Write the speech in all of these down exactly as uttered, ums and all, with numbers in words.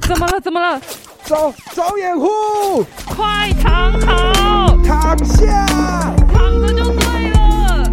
怎么了？怎么了？ 找找掩护！ 快躺好！ 躺下！ 躺着就对了。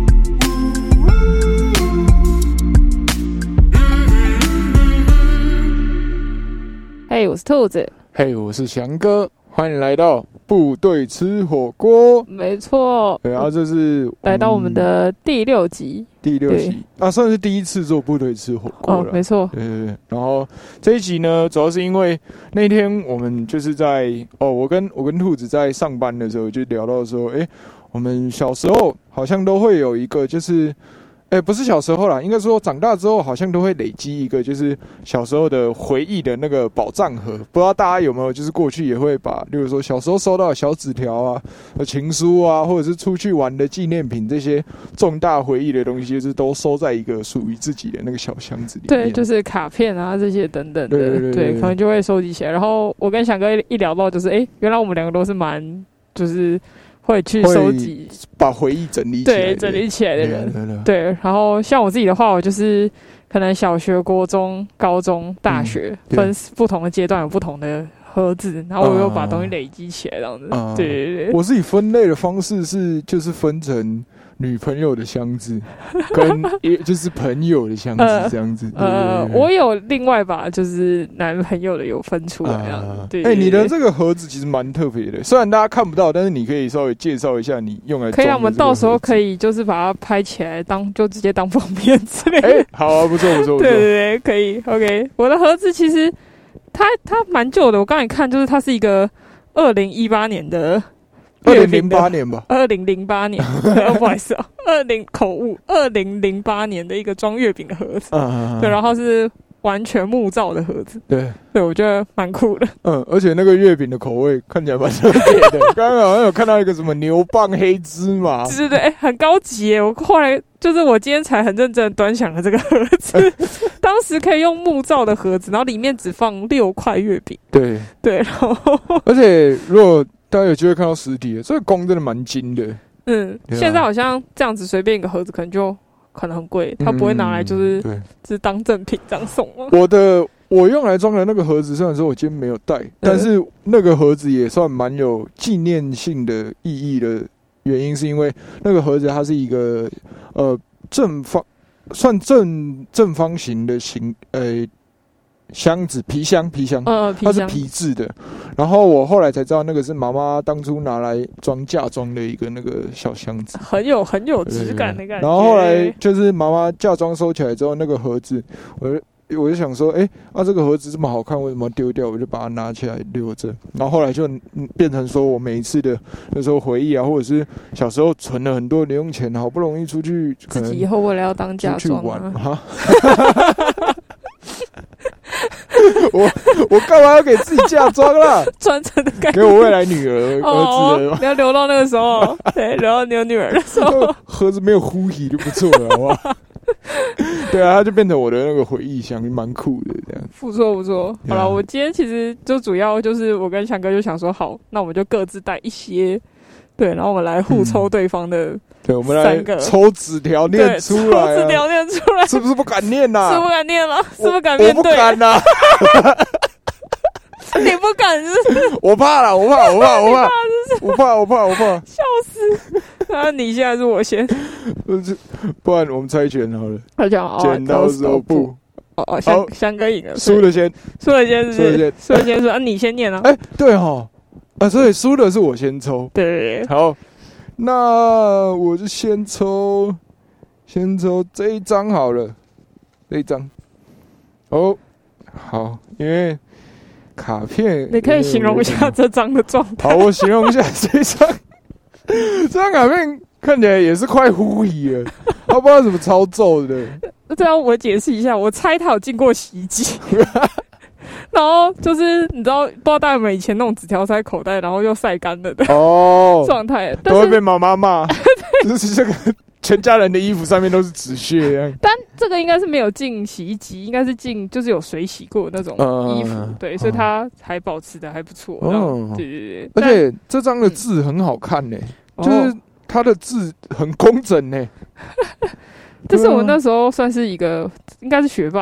嘿，我是兔子。 嘿，我是翔哥，欢迎来到部队吃火锅。 没错， 对，然后这是来到我们的第六集。 第六集啊，算是第一次做部队吃火锅了。 哦，没错。 对对对。然后这一集呢，主要是因为那天我们就是在哦，我跟我跟兔子在上班的时候就聊到说，哎，我们小时候好像都会有一个就是。哎、欸，不是小时候啦，应该说长大之后好像都会累积一个，就是小时候的回忆的那个宝藏盒。不知道大家有没有，就是过去也会把，例如说小时候收到的小纸条啊、情书啊，或者是出去玩的纪念品，这些重大回忆的东西，就是都收在一个属于自己的那个小箱子里面。 对，就是卡片啊这些等等的， 对对 对, 对, 对，可能就会收集起来。然后我跟翔哥一聊到，就是哎、欸，原来我们两个都是蛮就是。会去收集， 把回忆整理起来， 对，整理起来的人， 对, 对, 对, 对。然后像我自己的话，我就是可能小学、国中、高中、大学、嗯、分不同的阶段有不同的盒子，然后我又把东西累积起来，这样子。嗯、对对对。 我自己分类的方式是，就是分成女朋友的箱子，跟就是朋友的箱子这样子。 呃，对对对我有另外把就是男朋友的有分出来，这样子。呃、对, 对, 对。 哎、欸，你的这个盒子其实蛮特别的，虽然大家看不到，但是你可以稍微介绍一下你用来。 可以，我们到时候可以就是把它拍起来当，就直接当封面之类的。 哎、欸，好啊，不错不错。 对对对，可以。OK， 我的盒子其实它它蛮旧的，我刚才看就是它是一个二零一八年的。 二零零八年吧， 二零零八年，不好意思啊，二零口误，二零零八年的一个装月饼的盒子，嗯、对，然后是完全木造的盒子，对，对我觉得蛮酷的， 嗯，而且那个月饼的口味看起来蛮特别的，刚刚好像有看到一个什么牛蒡黑芝麻， 对对对，欸、很高级耶，我后来就是我今天才很认真的端详了这个盒子，当时可以用木造的盒子，然后里面只放六块月饼， 对对，然后而且如果大家有机会看到实体的，这个工真的蛮精的。 嗯，啊、现在好像这样子随便一个盒子可能就可能很贵，他不会拿来就是、嗯、就是当赠品这样送吗？ 我的我用来装的那个盒子，虽然说我今天没有带，嗯、但是那个盒子也算蛮有纪念性的意义的原因，是因为那个盒子它是一个呃正方算正正方形的形呃。箱子皮箱皮箱， 呃，皮箱它是皮质的。然后我后来才知道，那个是妈妈当初拿来装嫁妆的一个那个小箱子， 很有很有质感的感觉。 然后后来就是妈妈嫁妆收起来之后，那个盒子，我就我就想说，哎、欸，啊这个盒子这么好看，为什么丢掉？我就把它拿起来留着。然后后来就变成说我每一次的那时候回忆啊，或者是小时候存了很多零用钱，好不容易出去， 自己以后为了要当嫁妆啊。哈我我干嘛要给自己嫁妆啦？ 传承的感觉， 给我未来女儿、哦、儿子的， 你要留到那个时候，对，留到你有女儿的时候， 盒子没有呼吸就不错了，好不好？对啊，它就变成我的那个回忆箱，蛮酷的这样。 不错不错，好了，我今天其实就主要就是我跟翔哥就想说，好，那我们就各自带一些，对，然后我们来互抽对方的、嗯。对， 我们来抽纸条念出来、啊， 抽纸条念出来， 是不是不敢念呐、啊？ 是不敢念了，是不敢面对， 我不敢呐、啊。 你不敢是不是？ 我怕了，我怕，我怕，我怕，我怕，我怕，我怕， 笑死！那你先还是我先？ 不然我们猜拳好了。 猜拳哦， 剪刀石头布。 哦哦，翔翔哥赢了， 输了先， 输了先，输了先，输了先说啊，你先念啊。 哎、欸，对哈，啊，所以输的是我先抽。 对对对， 好。那我就先抽，先抽这一张好了，这一张。哦，好，因为卡片， 你可以形容一下这张的状态。 好，我形容一下这张，这张卡片看起来也是快糊皮了，他不知道怎么操作的。 这样我解释一下，我猜他有经过洗衣机。然后就是你知道，不知道大家有没有以前那种纸条塞口袋，然后又晒干了的哦状态， 都会被妈妈骂。就是这个全家人的衣服上面都是纸屑。 但这个应该是没有进洗衣机，应该是进就是有水洗过的那种衣服，嗯、对，所以它还保持的还不错。哦，对对对， 而且这张的字很好看呢、欸嗯，就是它的字很工整呢、欸。 这是我那时候算是一个应该是学霸。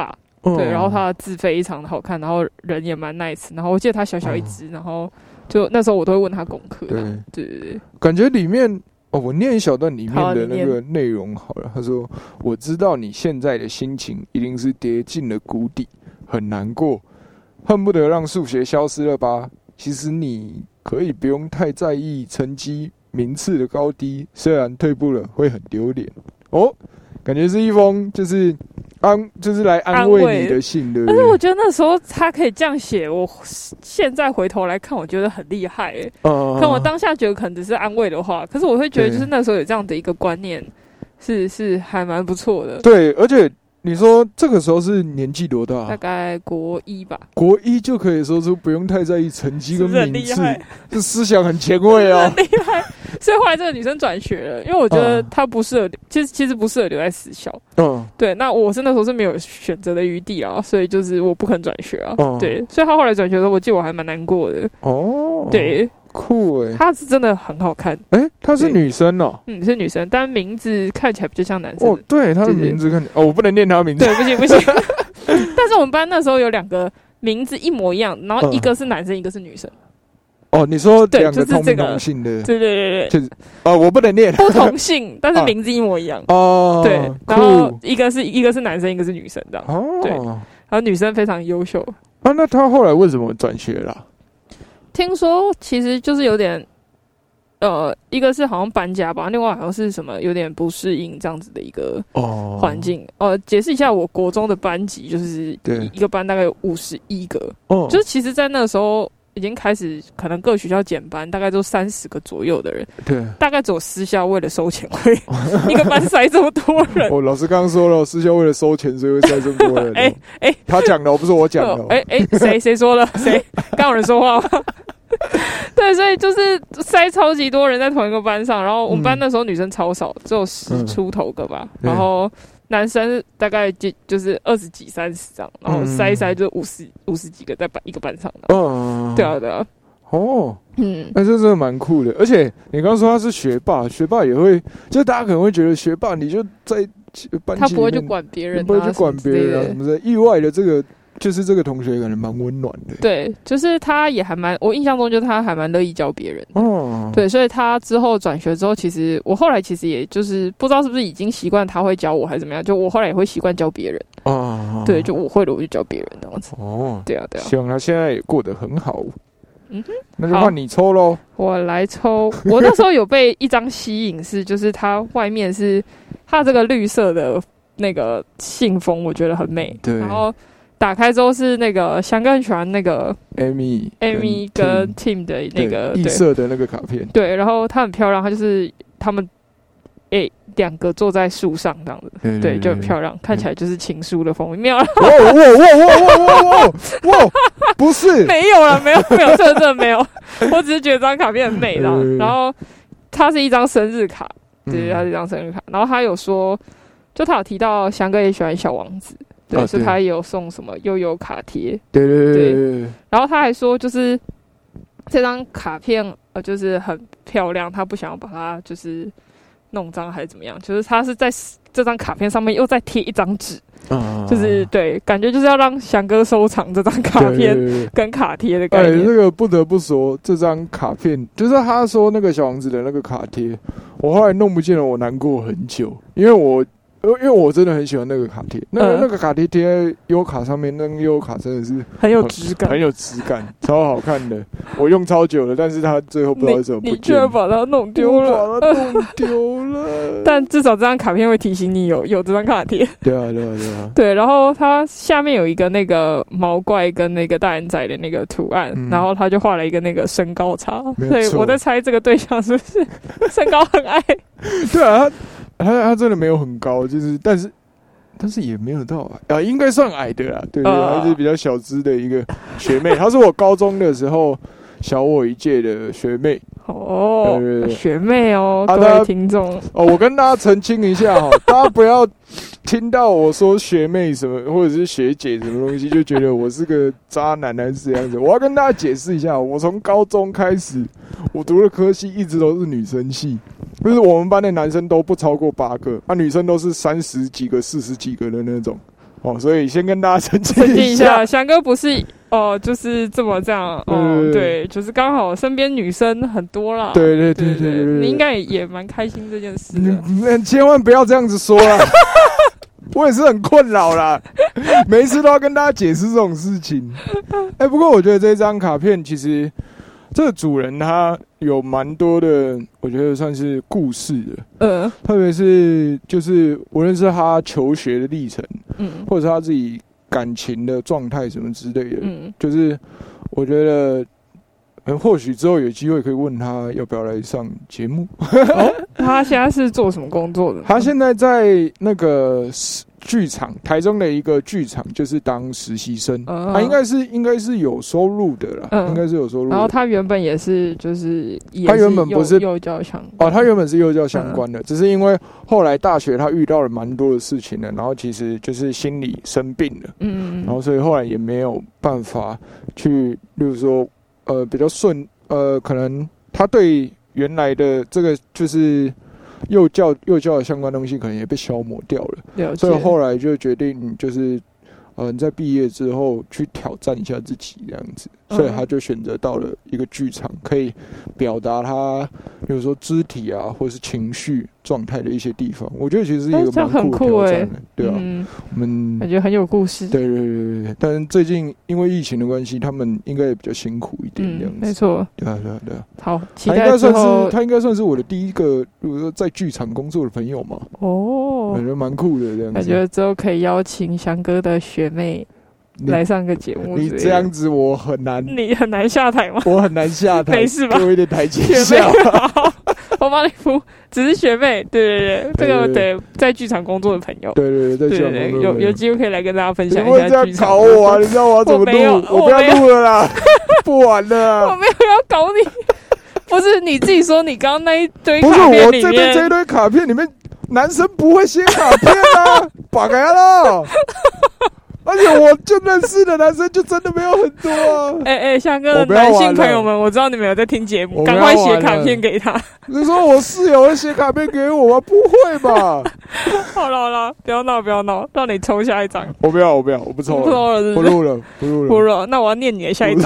嗯、 对，然后他的字非常的好看，然后人也蛮 nice， 然后我记得他小小一只，嗯、然后就那时候我都会问他功课，对对对对， 感觉里面哦，我念一小段里面的那个内容好了。他说：“我知道你现在的心情一定是跌进了谷底，很难过，恨不得让数学消失了吧？其实你可以不用太在意成绩名次的高低，虽然退步了会很丢脸哦。”感觉是一封就是安，就是来安慰你的信，对不对？ 但是我觉得那时候他可以这样写，我现在回头来看，我觉得很厉害、欸。嗯，可我当下觉得可能只是安慰的话，可是我会觉得就是那时候有这样的一个观念，是是还蛮不错的。 对，而且你说这个时候是年纪多大、啊？ 大概国一吧。 国一就可以说出不用太在意成绩跟名次，这思想很前卫哦， 很厉害。所以后来这个女生转学了，因为我觉得她不适合，其实其实不适合留在私校。嗯，对。那我是那时候是没有选择的余地啊，所以就是我不肯转学啊。嗯，对。所以她后来转学的时候，我记得我还蛮难过的。哦，对， 酷哎、欸， 她是真的很好看。 哎、欸，她是女生哦、喔， 嗯，是女生，但名字看起来比较像男生。 哦，对，她的名字看起来，哦，我不能念她的名字， 对，不行不行。但是我们班那时候有两个名字一模一样，然后一个是男生，一个是女生。 哦，你说两个同名同姓的， 对对对对， 就是啊，我不能念不同姓，但是名字一模一样哦。对，然后一个是一个是男生，一个是女生这样。哦，对，然后女生非常优秀啊。那他后来为什么转学啦？ 听说其实就是有点，呃，一个是好像搬家吧，另外好像是什么有点不适应这样子的一个环境。哦，呃，解释一下，我国中的班级就是一个班大概有五十一个，哦，就是其实，在那个时候。已经开始可能各学校减班，大概都三十个左右的人。对，大概只有私校为了收钱会一个班塞这么多人。 哦，老师刚刚说了，私校为了收钱，所以会塞这么多人。哎哎、欸欸，他讲的，不是我讲的。 哎哎、欸，谁、欸、谁说了？谁？刚有人说话吗？对，所以就是塞超级多人在同一个班上，然后我们班那时候女生超少，只有十出头个吧，嗯、然后。男生大概就就是二十几、三十这样，然后塞一塞就五十五十几个在班一个班上的。嗯，对啊，对啊。 哦，嗯，那这真的蛮酷的。而且你刚刚说他是学霸，学霸也会，就大家可能会觉得学霸你就在班级他不会去管别人、啊， 不会去管别人啊什么的。意外的这个就是这个同学可能蛮温暖的。 对，就是他也还蛮，我印象中就是他还蛮乐意教别人。哦，对，所以他之后转学之后，其实我后来其实也就是不知道是不是已经习惯他会教我还是怎么样，就我后来也会习惯教别人。哦，对，就我会了我就教别人这样子。哦，对啊，对啊。 希望他现在也过得很好。嗯哼，那就换你抽咯。 我来抽。我那时候有被一张吸引，是就是它外面是它这个绿色的那个信封，我觉得很美。对，然后。打开之后是那个翔哥很喜欢那个 Amy Amy 跟 Tim 的那个异色的那个卡片， 对，然后它很漂亮，它就是他们诶两个坐在树上这样子，对，对，就很漂亮，看起来就是情书的封面。没有，哇哇哇哇哇哇哇！不是， 没有了，没有没有，这真的没有，我只是觉得这张卡片很美的。然后它是一张生日卡，对，它是一张生日卡。然后他有说，就他有提到翔哥也喜欢小王子。对，哦、所以他也有送什么悠悠卡贴， 对对 对, 对, 对。 然后他还说，就是这张卡片呃，就是很漂亮，他不想要把它就是弄脏还是怎么样，就是他是在这张卡片上面又再贴一张纸，嗯、就是对，感觉就是要让翔哥收藏这张卡片跟卡贴的概念。 哎，这个不得不说，这张卡片就是他说那个小王子的那个卡贴，我后来弄不见了，我难过很久，因为我。因为我真的很喜欢那个卡贴，那个、嗯、那个卡贴贴在优卡上面，那个优卡真的是很有质感， 很有质感，超好看的。我用超久了，但是它最后不知道为什么不见， 你居然把它弄丢了， 把它弄丢了。 但至少这张卡片会提醒你有有这张卡贴。 对啊，对啊，对啊。 对，然后它下面有一个那个毛怪跟那个大人仔的那个图案，嗯、然后他就画了一个那个身高差，所以我在猜这个对象是不是身高很矮？ 对啊。他他真的没有很高，就是但是但是也没有到啊，应该算矮的啦，对对，她、uh, 是比较小只的一个学妹，她是我高中的时候小我一届的学妹。 哦，对对对，学妹哦，各位听众哦，我跟大家澄清一下哈，大家不要听到我说学妹什么或者是学姐什么东西就觉得我是个渣男还是这样子。我要跟大家解释一下，我从高中开始，我读的科系一直都是女生系，就是我们班的男生都不超过八个，啊，女生都是三十几个、四十几个的那种。 哦，所以先跟大家澄清澄清一下， 下，翔哥不是哦，就是这么这样哦、嗯，对，就是刚好身边女生很多啦， 对对对对 对, 对, 对， 你应该也也蛮开心这件事的， 你千万不要这样子说啦。我也是很困扰啦，每一次都要跟大家解释这种事情。哎、欸，不过我觉得这张卡片其实这个主人他有蛮多的，我觉得算是故事的。嗯，特别是就是无论是他求学的历程，嗯，或者是他自己感情的状态什么之类的，嗯，就是我觉得。嗯，或许之后有机会可以问他要不要来上节目。 哦，他现在是做什么工作的？ 他现在在那个剧场，台中的一个剧场，就是当实习生。嗯、他应该是应该是有收入的啦，嗯、应该是有收入的。 然后他原本也是就是也是他原本不是幼教相关哦，他原本是幼教相关的，嗯、只是因为后来大学他遇到了蛮多的事情的，然后其实就是心理生病了，嗯，然后所以后来也没有办法去，例如说。呃，比较顺，呃，可能他对原来的这个就是幼教幼教的相关东西，可能也被消磨掉了，了所以后来就决定就是，呃，在毕业之后去挑战一下自己这样子，嗯、所以他就选择到了一个剧场，可以表达他，比如说肢体啊，或是情绪状态的一些地方。我觉得其实是一个蛮酷的挑战的，欸、对啊，嗯、我们感觉很有故事。 对对对对，但是最近因为疫情的关系，他们应该也比较辛苦一点这样子。 嗯、没错， 对啊对啊对啊。 好，期待之后他应该算是他应该算是我的第一个，比如说在剧场工作的朋友嘛。哦，感觉蛮酷的这样子。 感觉之后可以邀请翔哥的学妹。来上个节目， 你这样子我很难， 你很难下台吗？ 我很难下台， 没事吧？ 给我一点台阶下。 我帮你扶，只是学妹，对对对，这个对在剧场工作的朋友， 对对对，在剧场工作有有机会可以来跟大家分享一下。 你会这样搞我啊？你知道我要怎么录？我不要录了啦，不玩了。 我没有要搞你，不是你自己说你刚刚那一堆卡片里面， 不是我这边这一堆卡片里面，男生不会写卡片啊，把开了。而且我就认识的男生就真的没有很多啊！ 哎哎、欸，翔哥的男性朋友们，我知道你们有在听节目，赶快写卡片给他。 你说我室友会写卡片给我吗？不会吧？ 好了好了，不要闹不要闹，让你抽下一张。 我不要我不要，我不抽了， 不抽了是不是， 不录了不录了不录了。那我要念你的下一张，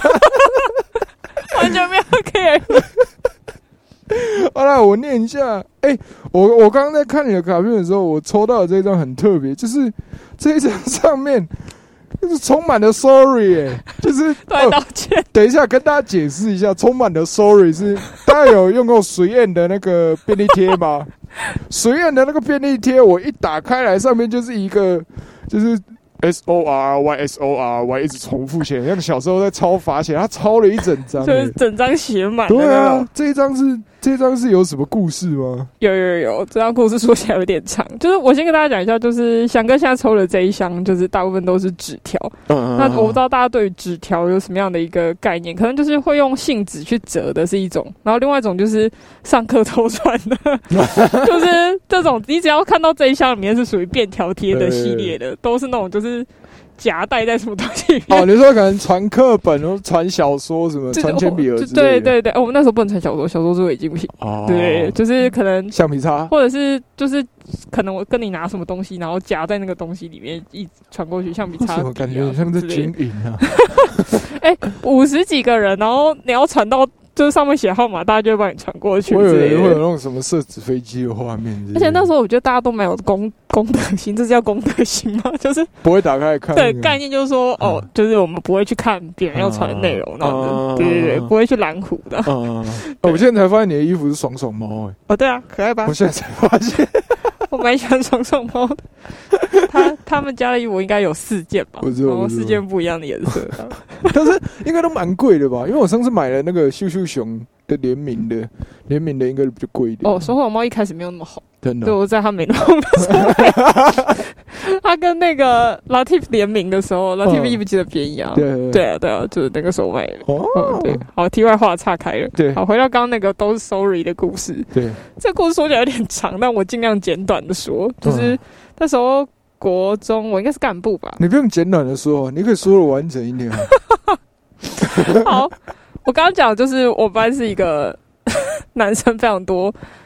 完全没有 care。 好了，我念一下。哎、欸，我我刚刚在看你的卡片的时候，我抽到的这一张很特别，就是这一张上面就是充满了 sorry， 哎、欸，就是对道歉、哦。 等一下跟大家解释一下，充满了 sorry 是大家有用过随燕的那个便利贴吗？随燕的那个便利贴，我一打开来，上面就是一个就是。S O R Y S O R Y 一直重复写，像小时候在抄罚写，他抄了一整张、欸， 就是整张写满。 对啊，这一张是这一张是有什么故事吗？ 有有有，这张故事说起来有点长。就是我先跟大家讲一下，就是翔哥现在抽的这一箱，就是大部分都是纸条。嗯嗯嗯。那我不知道大家对于纸条有什么样的一个概念，可能就是会用信纸去折的是一种，然后另外一种就是上课偷传的，就是这种你只要看到这一箱里面是属于便条贴的系列的，都是那种就是。是夹带在什么东西里面？ 哦，你说可能传课本、或传小说什么、传铅笔盒之类的。 对对对，哦，我们那时候不能传小说，小说书已经不行。哦，对，就是可能橡皮擦， 或者是就是可能我跟你拿什么东西，然后夹在那个东西里面一传过去，橡皮擦、啊。 我感觉像在军营啊。 哎欸，五十几个人，然后你要传到。就是上面写号码，大家就会帮你传过去。 我以为会有那种什么射纸飞机的画面。 而且那时候我觉得大家都没有公公德心，这叫公德心吗？就是不会打开来看。 对，概念就是说，哦，嗯、就是我们不会去看别人要传的内容，那种。对对对，不会去蓝湖的。嗯， 我现在才发现你的衣服是爽爽猫，哎。 哦，对啊，可爱吧？ 我现在才发现， 我蛮喜欢爽爽猫的。他他们家的衣服应该有四件吧？然后四件不一样的颜色。 但是应该都蛮贵的吧？因为我上次买了那个秀秀熊的联名的，联名的应该比较贵一点。 哦，爽爽猫一开始没有那么好， 真的。 对，我在他没那么他跟那个 Latif 联名的时候 ，Latif 衣服记得便宜啊。对对啊，对啊，就是那个时候买的。哦、嗯，对。好，题外话岔开了。对，好，回到刚刚那个都是 sorry 的故事。对，这个故事说起来有点长，但我尽量简短的说，就是、嗯、那时候。国中，我应该是干部吧？ 你不用简短的说，你可以说的完整一点。 好，我刚刚讲就是我班是一个男生非常多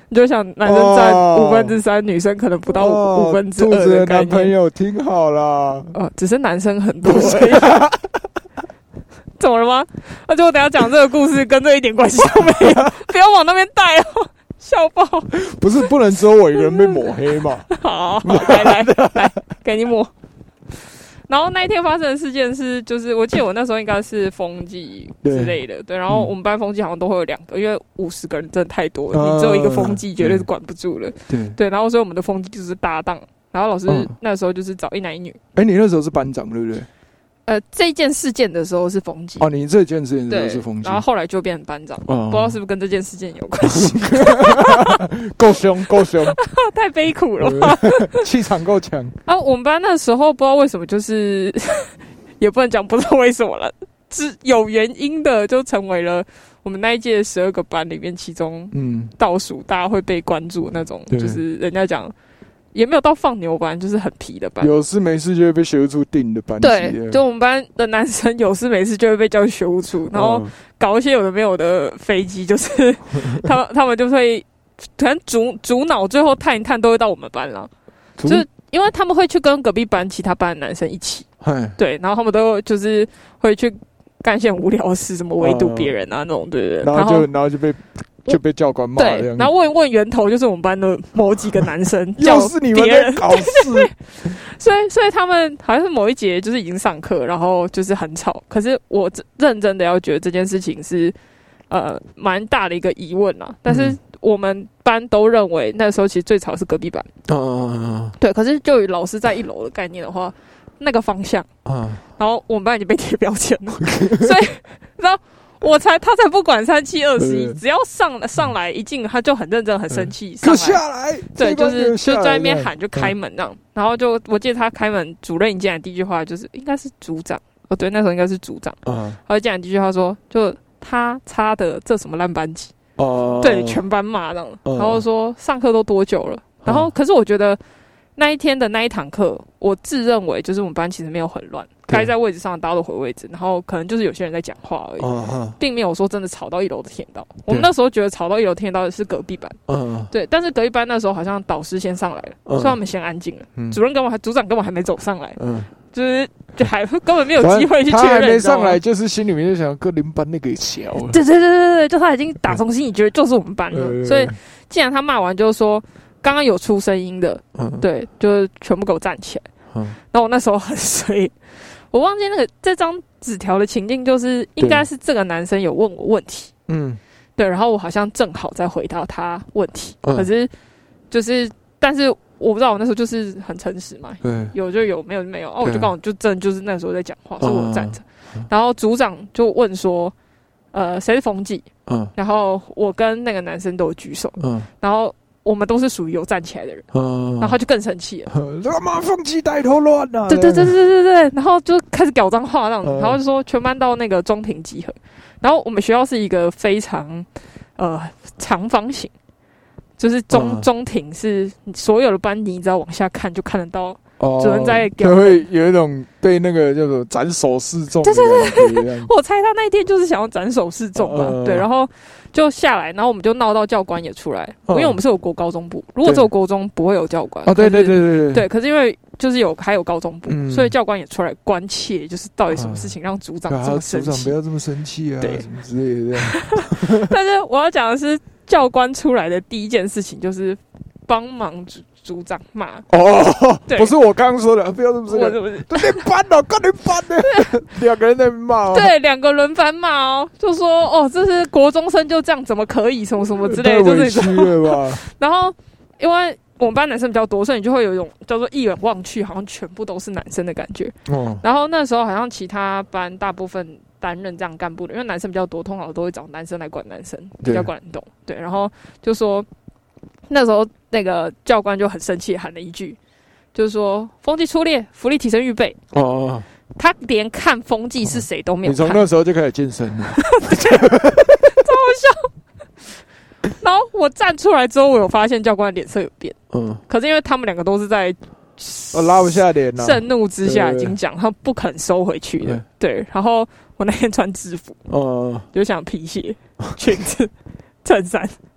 你就想男生占五分之三，女生可能不到五五分之二的概念。 男朋友听好啦， 哦，只是男生很多而已。怎么了吗？而且我等一下讲这个故事跟这一点关系都没有，不要往那边带哦，笑爆！ 不是不能只有我一个人被抹黑嘛？ 好，来来来，给你抹。然后那一天发生的事件是，就是我记得我那时候应该是风纪之类的， 对, 对。然后我们班风纪好像都会有两个，因为五十个人真的太多了，呃、你只有一个风纪绝对是管不住了。对对，然后所以我们的风纪就是搭档，然后老师那时候就是找一男一女。 哎、嗯，你那时候是班长对不对？ 呃，这件事件的时候是风纪哦，你这件事件的时候是风纪， 然后后来就变成班长，哦、不知道是不是跟这件事件有关系。 够凶，够凶， 太悲苦了吧， 气场够强。 啊，我们班那时候不知道为什么，就是也不能讲不知道为什么了，是有原因的，就成为了我们那一届十二个班里面其中嗯倒数大家会被关注的那种，就是人家讲。也没有到放牛班，就是很皮的班。有事没事就会被学务处定的班级。对，就我们班的男生有事没事就会被叫去学务处，然后搞一些有的没有的飞机，就是他们他们就会可能主主脑最后探一探都会到我们班啦，就是因为他们会去跟隔壁班其他班的男生一起，对，然后他们都就是会去干一些无聊的事，什么围堵别人啊那种，对对对， 然后就然后就被。就被教官骂了， 对，然后问问源头，就是我们班的某几个男生， 又是你们在搞事， 所以所以他们好像是某一节就是已经上课，然后就是很吵。可是我认真的要觉得这件事情是呃蛮大的一个疑问啦。但是我们班都认为那时候其实最吵是隔壁班，嗯，对。可是就以老师在一楼的概念的话，那个方向，嗯，然后我们班已经被贴标签了，所以然后。我才他才不管三七二十一，只要上上来一进，他就很认真很生气，上来下来， 对，就是就在那边喊就开门这样，然后就我记得他开门，主任一进来第一句话就是应该是组长，哦对，那时候应该是组长，嗯，他就进来第一句话说，就他插的这什么烂班级，哦，对，全班骂这样，然后说上课都多久了，然后可是我觉得那一天的那一堂课，我自认为就是我们班其实没有很乱。该在位置上，大家都回位置，然后可能就是有些人在讲话而已，嗯、并没有说真的吵到一楼的听到。我们那时候觉得吵到一楼听到的是隔壁班，嗯、对，但是隔壁班那时候好像导师先上来了，嗯、所以他们先安静了。嗯、主任根本还组长根本还没走上来，嗯、就是就还根本没有机会去确认。他还没上来，就是心里面就想各邻班那个小。 对对对对对，就他已经打从心里觉得就是我们班了，嗯、所以既然他骂完就是说刚刚有出声音的，嗯、对，就是全部给我站起来。嗯、然后我那时候很衰。我忘记那个这张纸条的情境，就是应该是这个男生有问我问题，嗯，对，然后我好像正好在回答他问题，嗯、可是就是，但是我不知道我那时候就是很诚实嘛，对，有就有，没有就没有，哦，我就刚好就真的就是那时候在讲话，所以我站着，嗯、然后组长就问说，呃，谁是风纪？嗯，然后我跟那个男生都有举手，嗯，然后。我们都是属于有站起来的人，嗯、然后他就更生气了。 他妈风纪带头乱啊！ 对对对对对对，然后就开始搞脏话这样子，嗯、然后就说全班到那个中庭集合。然后我们学校是一个非常呃长方形，就是中、嗯、中庭是所有的班级，你只要往下看就看得到。哦，主任在就会有一种被那个叫做斩首示众。 对对对，我猜他那一天就是想要斩首示众嘛。呃、对，然后就下来，然后我们就闹到教官也出来，呃、因为我们是有国高中部，如果只有国中不会有教官。 哦，对对对对对。 对，可是因为就是有还有高中部，嗯、所以教官也出来关切，就是到底什么事情让组长这么生气？ 组长不要这么生气啊，对，什么之类的。 但是我要讲的是，教官出来的第一件事情就是帮忙组组长骂哦，不是我刚刚说的，不要这么说，不是不是，班哦，跟你班的，两个人在骂， 对，两个轮番骂哦，就说哦，这是国中生就这样，怎么可以什么什么之类的，就是太委屈了吧。 然后因为我们班男生比较多，所以你就会有一种叫做一眼望去，好像全部都是男生的感觉。哦，然后那时候好像其他班大部分担任这样干部的，因为男生比较多，通常都会找男生来管男生，比较管得动。对，然后就说那时候那个教官就很生气，喊了一句，就是说风纪出列，福利提升预备。哦哦，他连看风纪是谁都没有看。 你从那时候就开始健身了， 超好笑。然后我站出来之后，我有发现教官的脸色有变。嗯，可是因为他们两个都是在我拉不下脸了， 盛怒之下已经讲，他不肯收回去的。对，然后我那天穿制服，哦，就想皮鞋、裙子、衬衫。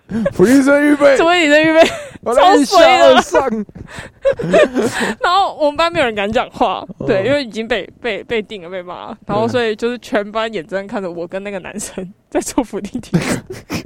普利生预备， 什么女生预备，超衰的。然后我们班没有人敢讲话，对，因为已经被被被定了，被骂，然后所以就是全班眼睁睁看着我跟那个男生在做伏地挺身。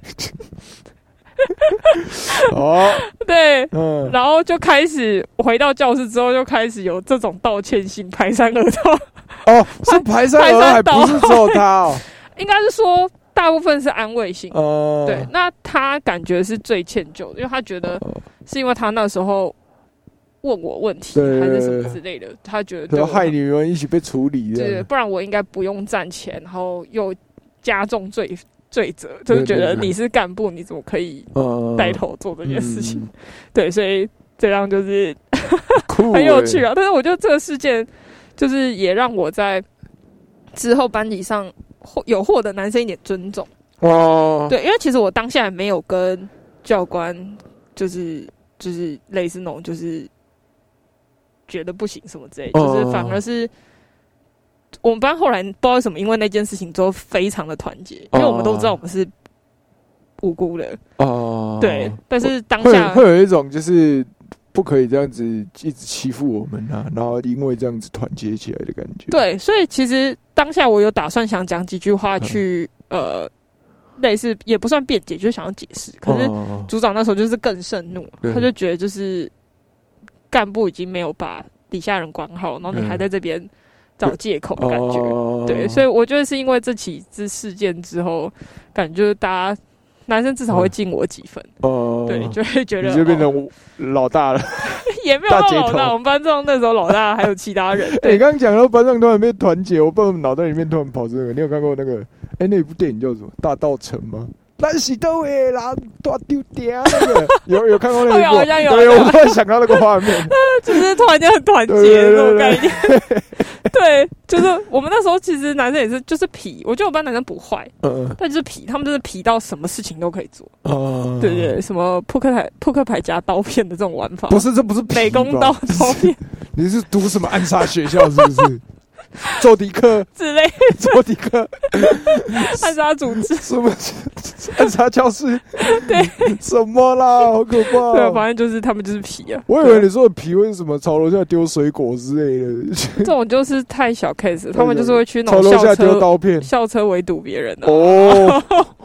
哦， 对，嗯，然后就开始回到教室之后，就开始有这种道歉信排山而到。 哦，是排山而到，还不是只有他哦？ 应该是说大部分是安慰信。哦，对，那他感觉是最歉疚的，因为他觉得是因为他那时候问我问题还是什么之类的，他觉得对害你们一起被处理， 对，不然我应该不用站前，然后又加重罪。罪责就是觉得你是干部，你怎么可以带头做这件事情？嗯、对，所以这样就是很有趣啊。但是我觉得这个事件就是也让我在之后班级上有获得男生一点尊重。哦，对，因为其实我当下没有跟教官就是就是类似那种就是觉得不行什么之类的，就是反而是。我们班后来不知道为什么，因为那件事情之后非常的团结，因为我们都知道我们是无辜的哦。对，但是当下会, 会有一种就是不可以这样子一直欺负我们啊，然后因为这样子团结起来的感觉。 对，所以其实当下我有打算想讲几句话去、嗯、呃，类似也不算辩解，就是想要解释。可是组长那时候就是更盛怒，他就觉得就是干部已经没有把底下人管好，然后你还在这边。嗯找借口的感觉，哦、对，所以我觉得是因为这起这事件之后，感觉就是大家男生至少会敬我几分，哦，对，就会觉得你就变成老大了， 也没有到老大，我们班上那时候老大还有其他人。 欸、你刚刚讲到班上突然变团结，我不知道脑袋里面突然跑这个，你有看过那个？哎、欸，那部电影叫什么《大稻埕》吗？咱是都会人大丢掉那个，有有看过那个？ 好像有， 对，我突然想到那个画面， 就是突然间很团结这种概念。对，就是我们那时候其实男生也是，就是皮。我觉得我班男生不坏，嗯，但就是皮，他们就是皮到什么事情都可以做。哦，对对对，什么扑克牌、扑克牌加刀片的这种玩法， 不是，这不是美工刀刀片。 你是读什么暗杀学校是不是？做迪克之类， 做迪克暗杀组织， 什么暗杀教室？ 对， 什么啦？好可怕、喔！ 对，反正就是他们就是皮啊。 我以为你说的皮会是什么朝楼下丢水果之类的， 这种就是太小 case， 他们就是会去那种校车朝楼下丢刀片， 校车围堵别人的、啊、哦。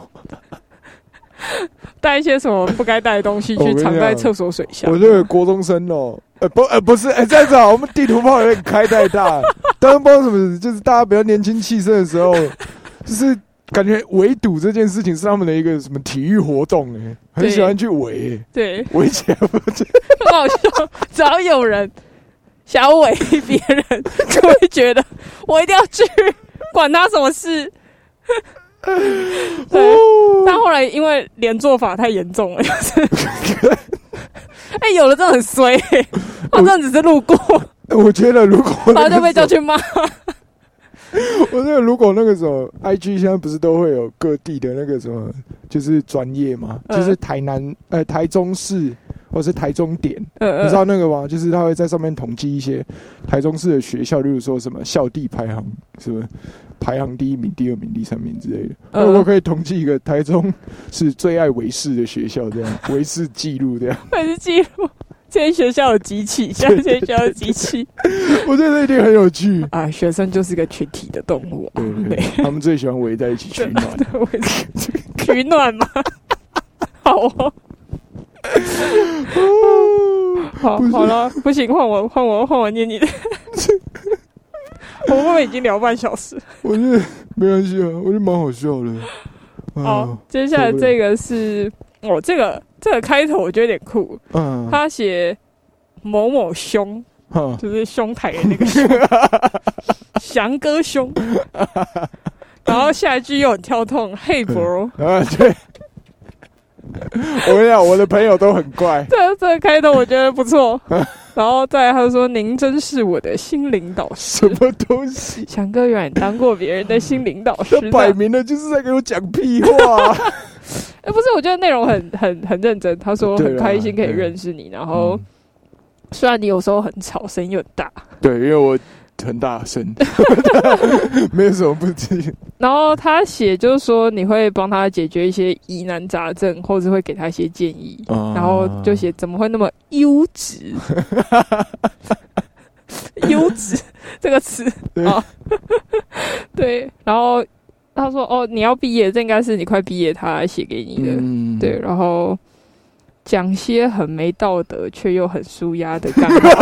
带一些什么不该带的东西去藏在厕所水下。 我这个国中生哦、喔，呃不呃不是，哎、欸、这样子好，我们地图炮有点开太大。当然不知道什么，就是大家比较年轻气盛的时候，就是感觉围堵这件事情是他们的一个什么体育活动哎、欸，很喜欢去围、欸， 对， 围起来不是很好笑。只要有人想要围别人，就会觉得我一定要去，管他什么事。对，但后来因为连坐法太严重了，就是哎、欸，有的真的很衰、欸，他真的只是路过。 我觉得如果然后就被叫去骂。 我觉得如果那个什么 I G 现在不是都会有各地的那个什么，就是专业嘛，嗯、就是台南呃台中市或是台中点，嗯、你知道那个吗？就是他会在上面统计一些台中市的学校，例如说什么校地排行什么。排行第一名、第二名、第三名之类的。那、嗯、我可以统计一个台中是最爱围视的学校，这样围视记录这样。 围视记录，现在学校有机器，现在学校有机器。 我觉得这一定很有趣啊！学生就是个群体的动物、啊，对, 对, 对， 他们最喜欢围在一起取暖。 取暖吗？好哦。好，好了，不行，换我，换我，换我念你的。我们会不会已经聊半小时？ 我觉得没关系啊，我觉得蛮好笑的。 好，接下来这个是哦，这个这个开头我觉得有点酷。嗯，他写某某兄，嗯、就是兄台的那个兄，翔哥兄。然后下一句又很跳痛，嘿 bro。 啊，对。我跟你讲，我的朋友都很怪。 这这个开头我觉得不错。然后再来他就说：“您真是我的心灵导师。” 什么东西？ 翔哥原来当过别人的心灵导师， 这摆明了就是在给我讲屁话。 哎、欸，不是，我觉得内容很很很认真。他说很开心可以认识你，然后、嗯、虽然你有时候很吵，声音又很大。 对，因为我很大声，没有什么不自信。 然后他写就是说你会帮他解决一些疑难杂症，或者会给他一些建议，啊、然后就写怎么会那么优质，优质这个词啊，对，然后他说哦你要毕业，这应该是你快毕业他写给你的，嗯、对，然后讲些很没道德却又很舒压的干话。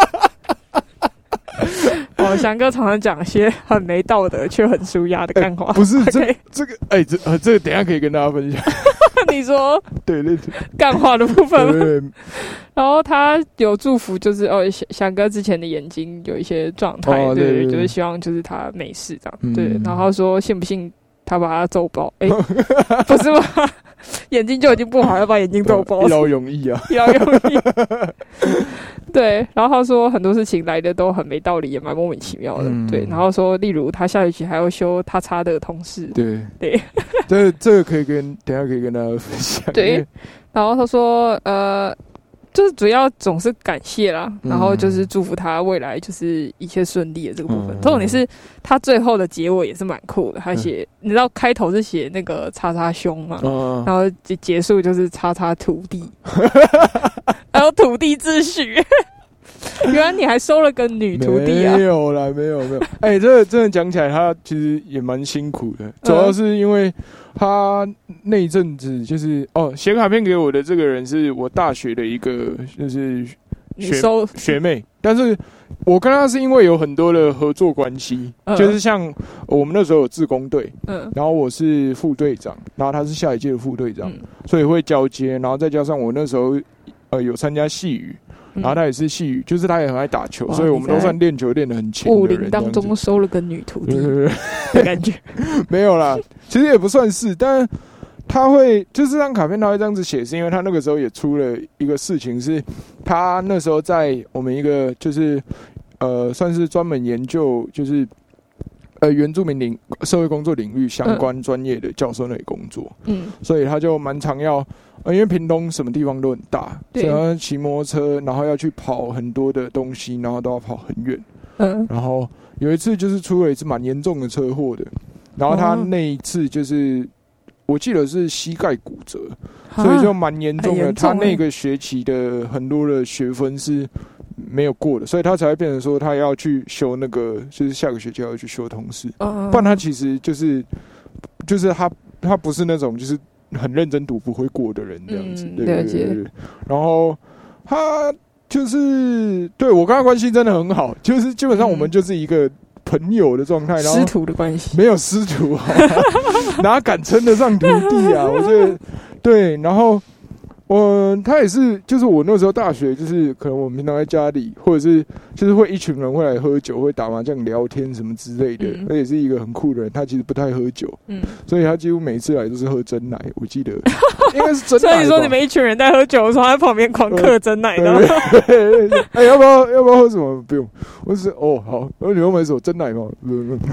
哦，翔哥常常讲些很没道德却很舒压的干话、欸。 不是这个、这个，哎、欸，这呃，这个等一下可以跟大家分享。 你说， 对对对， 干话的部分。 对对对。 然后他有祝福，就是哦，翔哥之前的眼睛有一些状态，哦、对, 对, 对, 对，就是希望就是他没事这样。嗯、对，然后他说信不信他把他揍爆？哎、欸，不是吗？眼睛就已经不好，要把眼睛揍爆， 一劳永逸啊， 一劳永逸。对，然后他说很多事情来的都很没道理，也蛮莫名其妙的。嗯、对，然后说，例如他下学期还要修他差的同事。 对对， 这这个可以跟等一下可以跟大家分享。 对，然后他说，呃。就是主要总是感谢啦，然后就是祝福他未来就是一切顺利的这个部分。重点是他最后的结尾也是蛮酷的，他写、嗯、你知道开头是写那个叉叉兄嘛，嗯、然后结束就是叉叉土地，还有土地秩序。原来你还收了个女徒弟啊？ 没有啦，没有没有。哎、欸，这个真的讲起来，他其实也蛮辛苦的，主要是因为他那一阵子就是哦，写卡片给我的这个人是我大学的一个就是学学妹，但是我跟他是因为有很多的合作关系，嗯、就是像我们那时候有志工队，嗯，然后我是副队长，然后他是下一届的副队长，嗯、所以会交接，然后再加上我那时候呃有参加系羽。然后他也是系羽，就是他也很爱打球，所以我们都算练球练得很勤的人。武林当中收了个女徒弟的感觉， 没有啦，其实也不算是，但他会就是这张卡片他会这样子写，是因为他那个时候也出了一个事情，是他那时候在我们一个就是呃算是专门研究就是呃原住民领社会工作领域相关专业的教授那里工作，嗯，所以他就蛮常要。呃，因为屏东什么地方都很大，所以他骑摩托车，然后要去跑很多的东西，然后都要跑很远。嗯，然后有一次就是出了一次蛮严重的车祸的，然后他那一次就是我记得是膝盖骨折，所以就蛮严重的。他那个学期的很多的学分是没有过的，所以他才会变成说他要去修那个，就是下个学期要去修通识。嗯，不然他其实就是就是他他不是那种就是。很认真读不会过的人这样子，嗯、对对对对。然后他就是对我跟他关系真的很好，就是基本上我们就是一个朋友的状态，然后师徒的关系没有师徒，哪敢称得上徒弟啊？我觉得对，然后。我他也是，就是我那时候大学，就是可能我们平常在家里，或者是就是会一群人会来喝酒，会打麻将、聊天什么之类的。他、嗯、也是一个很酷的人，他其实不太喝酒，嗯，所以他几乎每一次来都是喝真奶。我记得应该是真奶。 所以说你们一群人在喝酒的时候，他在旁边狂嗑真奶的。 哎，要不要要不要喝什么？不用，我只是哦好，然后你要买什么真奶吗？不用不用。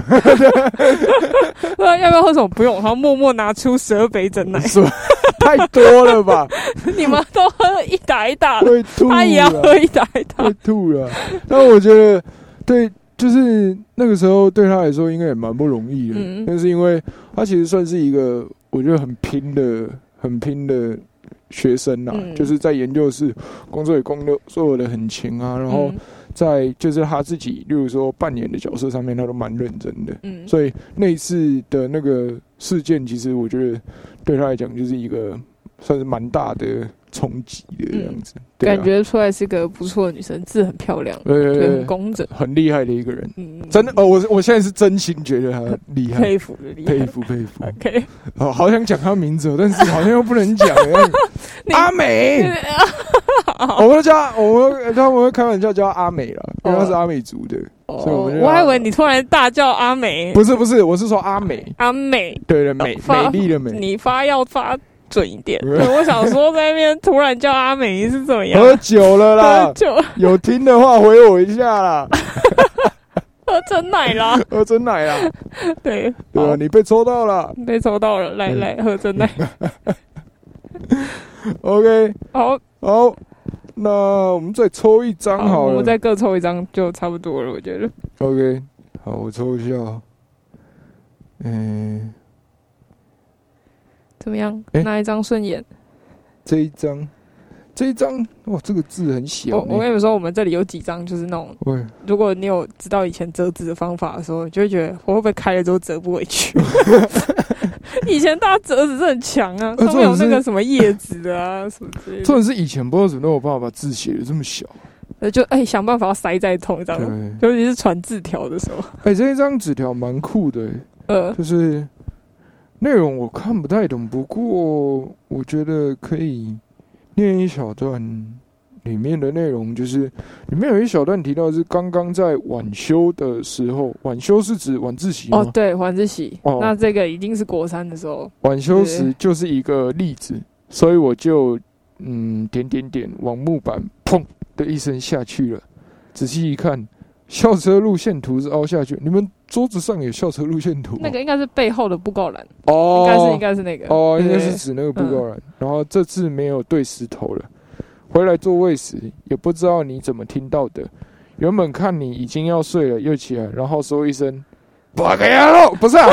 要不要喝什么？不用，然后默默拿出十二杯真奶。 太多了吧？ 你们都喝一打一打， 会吐， 他也要喝一打一打， 会吐了。但我觉得，对，就是那个时候对他来说应该也蛮不容易的。嗯，但是因为他其实算是一个我觉得很拼的、很拼的学生啦，嗯、就是在研究室工作也工作做的很勤啊，然后在就是他自己，例如说扮演的角色上面，他都蛮认真的。嗯，所以那一次的那个事件，其实我觉得。对他来讲，就是一个算是蛮大的冲击的样子，嗯啊、 感觉出来是个不错的女生，字很漂亮，对对对，很工整， 很厉害的一个人。嗯，真的哦，我我现在是真心觉得她厉害， 佩服的厉害， 佩服佩服。 OK， 哦，好想讲她名字，但是好像又不能讲。阿美，我们叫我们他们会开玩笑叫阿美了，因为她是阿美族的。 哦，所以我, 我还以为你突然大叫阿美， 不是不是，我是说阿美， 阿美， 对对，美美丽的美， 你发要发准一点。我想说在那边突然叫阿美是怎么样？ 喝酒了啦， 喝酒有听的话回我一下啦。 喝真奶啦， 喝真奶啦， 对对啊，你被抽到了， 被抽到了，来来喝真奶。 OK， 好好。 那我们再抽一张好了， 我们再各抽一张就差不多了，我觉得。 OK， 好，我抽一下。嗯、欸， 怎么样？欸、哪一张顺眼？ 这一张，这一张，哇，这个字很小、欸。 我我跟你们说，我们这里有几张就是那种，如果你有知道以前折纸的方法的时候，你就会觉得我会不会开了之后折不回去？以前大家折纸是很强啊，上面有那个什么叶子的啊，什么之类的。 重点是以前不知道怎么有办法把字写的这么小。 呃，就哎、欸，想办法要塞在同一张，尤其是传字条的时候。 哎、欸，这一张纸条蛮酷的、欸，呃，就是内容我看不太懂，不过我觉得可以念一小段里面的内容，就是里面有一小段提到是刚刚在晚修的时候，晚修是指晚自习吗？ 哦，对，晚自习。哦，那这个已经是国三的时候， 晚修时就是一个例子，所以我就嗯点点点往木板砰的一声下去了。仔细一看，校车路线图是凹下去。你们桌子上有校车路线图吗？ 那个应该是背后的布告栏哦，应该是应该是那个哦，应该是指那个布告栏。嗯、然后这次没有对石头了。回来座位时，也不知道你怎么听到的。原本看你已经要睡了，又起来，然后说一声“八个牙肉”，不是啊，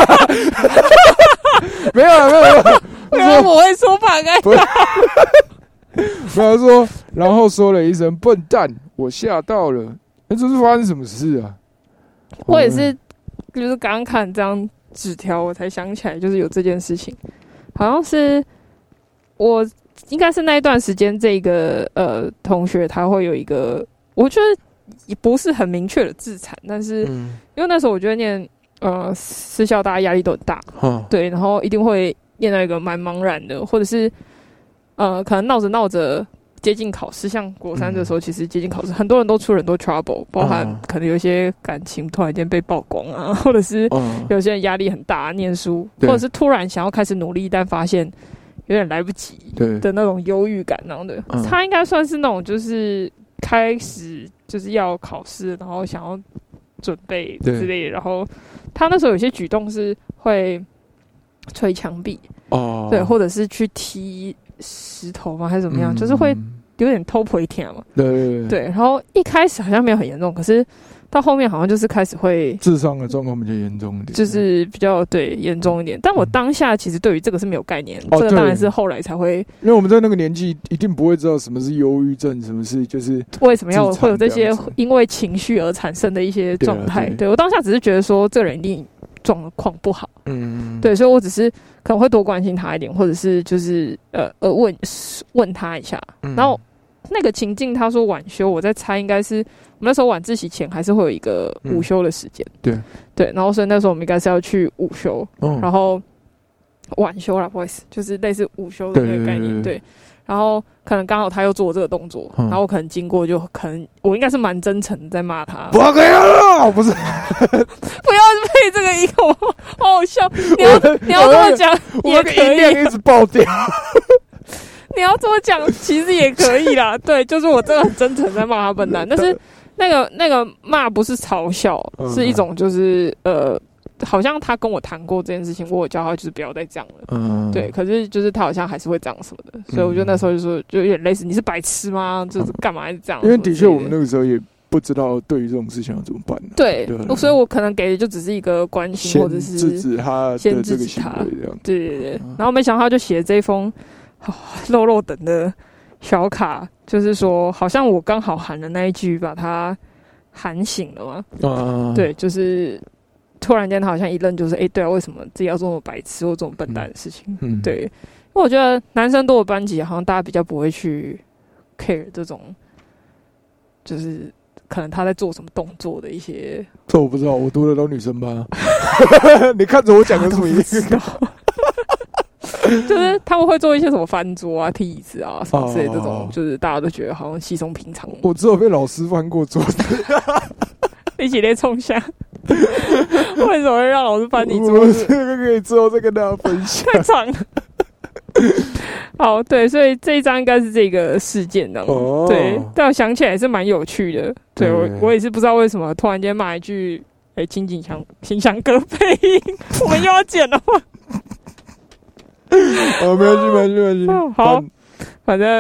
没有了，没有了。 原来我会说“八个牙肉”， 没有说，然后说了一声“笨蛋”，我吓到了。那这是发生什么事啊？ 我也是，就是刚刚看这张纸条，我才想起来，就是有这件事情，好像是我。应该是那一段时间，这个呃同学他会有一个，我觉得也不是很明确的自残，但是因为那时候我觉得念呃私校，大家压力都很大，嗯、对，然后一定会念到一个蛮茫然的，或者是呃可能闹着闹着接近考试，像国三的时候，其实接近考试，很多人都出了很多 trouble， 包含可能有一些感情突然间被曝光啊，或者是有些人压力很大，念书，或者是突然想要开始努力，但发现有点来不及的那种忧郁感，然后的，嗯、他应该算是那种就是开始就是要考试，然后想要准备之类的，然后他那时候有些举动是会捶墙壁，哦，对，或者是去踢石头吗，还是怎么样，嗯、就是会有点偷窥天嘛， 对对 对, 对，然后一开始好像没有很严重，可是到后面好像就是开始会智商的状况比较严重一点， 就是比较对严重一点。但我当下其实对于这个是没有概念，嗯、这个当然是后来才会， 因为我们在那个年纪一定不会知道什么是忧郁症，什么是就是为什么要会有这些因为情绪而产生的一些状态。对, 对我当下只是觉得说这个人一定状况不好，嗯，对，所以我只是可能会多关心他一点，或者是就是呃呃问问他一下，嗯、然后。那个情境，他说晚修，我在猜应该是我们那时候晚自习前还是会有一个午休的时间， 嗯、 对对，然后所以那时候我们应该是要去午休，哦、然后晚修啦，不好意思，就是类似午休的那个概念，对, 对, 对, 对。然后可能刚好他又做这个动作，嗯、然后我可能经过就可能我应该是蛮真诚的在骂他， 不可以了，不是， 不要配这个音，好好笑，你要你要这么讲也可以， 音量一直爆掉。 你要这么讲，其实也可以啦。对，就是我真的很真诚在骂他笨蛋，但是那个那个骂不是嘲笑，嗯、是一种就是呃，好像他跟我谈过这件事情，我有教他就是不要再这样了。嗯，对。可是就是他好像还是会这样什么的，所以我觉得那时候就说，就有点类似，你是白痴吗？就是干嘛是这样？ 因为的确我们那个时候也不知道对于这种事情要怎么办。 对，对所以我可能给的就只是一个关心，或者是制止他先制止他这样。对对对。然后没想到他就写这封。哦、肉肉等的小卡，就是说，好像我刚好喊的那一句把他喊醒了嘛。啊、对，就是突然间他好像一愣，就是哎、欸，对啊，为什么自己要做这么白痴或这种笨蛋的事情？嗯，对，因为我觉得男生多的班级，好像大家比较不会去 care 这种，就是可能他在做什么动作的一些。 这我不知道，我读的都女生班。你看着我讲的什么意思？ 就是他们会做一些什么翻桌啊、踢椅子啊什么之类的这种，就是大家都觉得好像稀松平常。 我只有被老师翻过桌子， 一起来冲下。为什么会让老师翻你桌子？ 这个可以之后再跟大家分享。 太长了。好，对，所以这一张应该是这个事件的。哦、对，但我想起来也是蛮有趣的。对我，我也是不知道为什么突然间骂一句：“哎、欸，金井祥、新祥哥配音，我们又要剪了吗？” 哦，没关系，没关系，没关系。 好，反正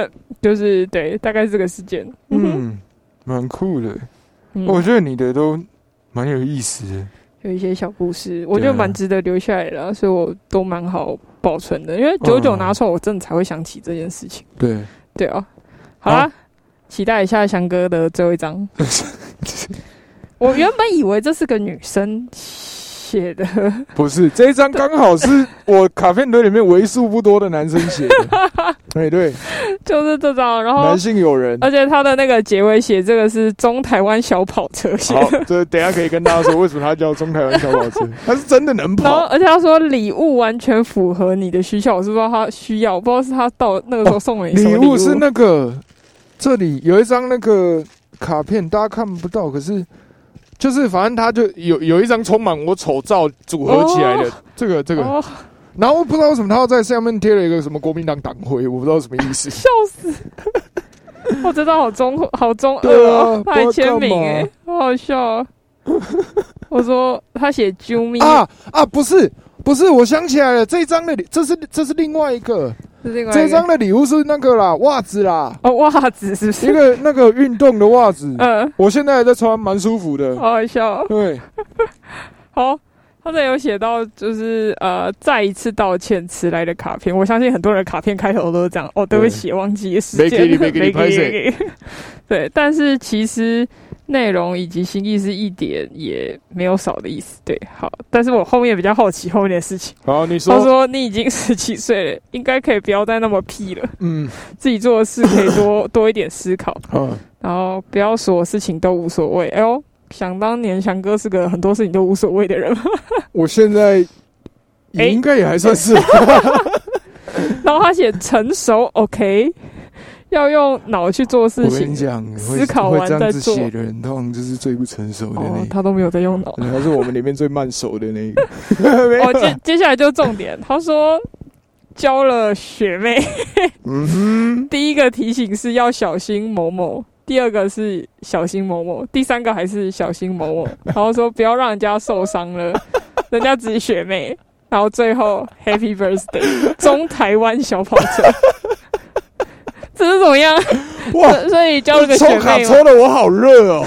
就是对，大概是这个事件。 嗯，蛮酷的、嗯。我觉得你的都蛮有意思的， 有一些小故事，我觉得蛮值得留下来的、啊，所以我都蛮好保存的。因为久久拿出来，我真的才会想起这件事情。 对， 对啊。好啦，啊、期待一下翔哥的最后一张。我原本以为这是个女生写的， 不是，这一张刚好是我卡片堆里面为数不多的男生写的。对对， 就是这张。然后男性友人， 而且他的那个结尾写这个是中台湾小跑车写的。 好，这等一下可以跟大家说为什么他叫中台湾小跑车，他是真的能跑。 然后而且他说礼物完全符合你的需求，我是不知道他需要，我不知道是他到那个时候送了你什么礼物。 礼物是那个，这里有一张那个卡片，大家看不到，可是。就是反正他就有有一张充满我丑照组合起来的、哦、这个这个、哦，然后不知道为什么他要在上面贴了一个什么国民党党徽，我不知道什么意思。 笑死！我这张好中好中二哦，啊、他还签名哎，好好笑啊！我说他写啾咪啊啊，不是不是，我想起来了，这一张的这是这是另外一个。这张的礼物是那个啦，袜子啦。 哦，袜子是不是？ 一个那个运动的袜子。嗯，我现在还在穿，蛮舒服的。 好好笑。 对， 好，他这有写到，就是呃，再一次道歉迟来的卡片。我相信很多人的卡片开头都是这样。哦，对不起，忘记时间。 没给你，没给你拍谁？ 对，但是其实内容以及心意是一点也没有少的意思。对，好，但是我后面比较好奇后面的事情。 好，你说， 他说你已经十七岁了，应该可以不要再那么屁了。嗯，自己做的事可以多多一点思考。嗯，然后不要所有事情都无所谓。哎呦，想当年翔哥是个很多事情都无所谓的人。 我现在也应该也还算是。 然后他写成熟 ，OK。要用脑去做事情。 我跟你讲， 思考完再做。 会这样子写的人，通常就是最不成熟的那一个、哦。 他都没有在用脑， 他是我们里面最慢熟的那一个。 哦，接接下来就重点。他说教了学妹，嗯哼，第一个提醒是要小心某某，第二个是小心某某，第三个还是小心某某。然后说不要让人家受伤了，人家只是学妹。然后最后 Happy Birthday， 中台湾小跑车。这是怎么样？哇！所以交了个学妹，抽卡抽的我好热哦，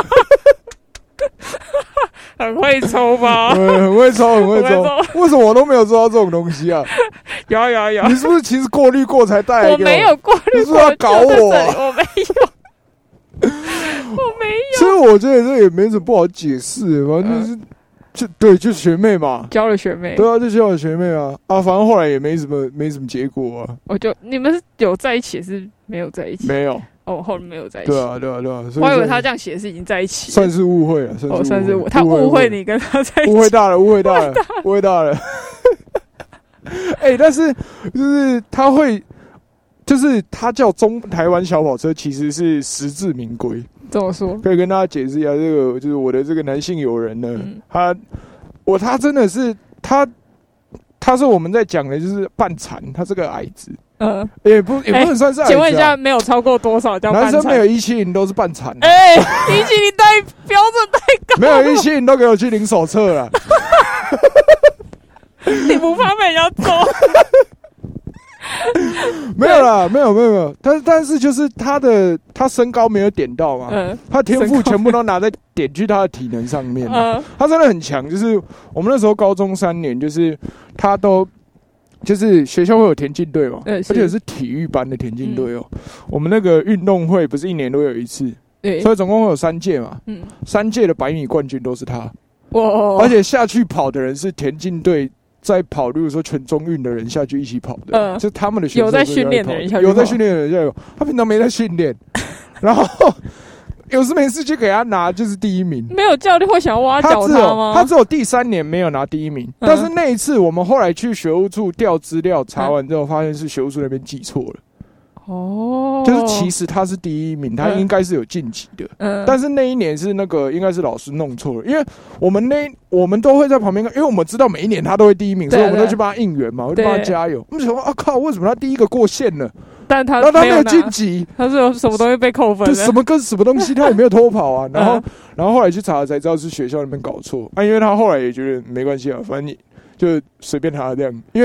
很会抽吧？ 对，很会抽，很会抽。为什么我都没有做到这种东西啊？ 有有有！ 你是不是其实过滤过才带来？ 我没有过滤过， 你是不是要搞我、啊？ 我没有，我没有。 所以我觉得这也没什么不好解释，反正就是。嗯就对，就学妹嘛， 交了学妹， 对啊，就交了学妹啊啊，反正后来也没什么，没什么结果啊。 我就你们是有在一起，是没有在一起？ 没有哦，后面没有在一起。 对啊，对啊，对啊。 我还以为他这样写是已经在一起， 算是误会了，算是误会、 哦，算是误他误会你跟他在一起， 误会大了，误会大了，误会大了。哎、欸，但是就是他会，就是他叫中台湾小跑车，其实是实至名归。 怎么说？ 可以跟大家解释一下，这个就是我的这个男性友人呢，嗯、他我他真的是他他是我们在讲的就是半残，他是个矮子，嗯，也不也不能算是矮子、啊欸。 请问一下，没有超过多少叫半残？ 男生没有一七零都是半残、啊。 哎、欸，一七零太标准太高， 没有一七零都给我去领手册了。 你不怕被人家揍？ 没有啦，没有没有没有，但但是就是他的他身高没有点到嘛，嗯，他天赋全部都拿在点去他的体能上面，嗯，他真的很强。就是我们那时候高中三年，就是他都就是学校会有田径队嘛，而且是体育班的田径队哦。我们那个运动会不是一年都有一次，对，所以总共会有三届嘛，嗯，三届的百米冠军都是他，哇，而且下去跑的人是田径队。在跑，例如说全中运的人下去一起跑的，嗯、呃，就他们的选手有在训练的人下去跑， 有在训练的人下去跑，他平常没在训练，然后有事没事就给他拿就是第一名。 没有教练会想要挖角他吗？ 他只有第三年没有拿第一名，嗯、但是那一次我们后来去学务处调资料，查完之后发现是学务处那边记错了。哦，就是其实他是第一名，他应该是有晋级的，嗯，但是那一年是那个应该是老师弄错了，因为我们那我们都会在旁边看，因为我们知道每一年他都会第一名，所以我们都去帮他应援嘛，我就帮他加油。我们想说啊靠，为什么他第一个过线了？ 但他然后他没有晋级， 他是有什么东西被扣分？ 就什么跟什么东西，他也没有偷跑啊。然后然后后来去查才知道是学校那边搞错啊，因为他后来也觉得没关系啊，反正你就随便他这样，因为。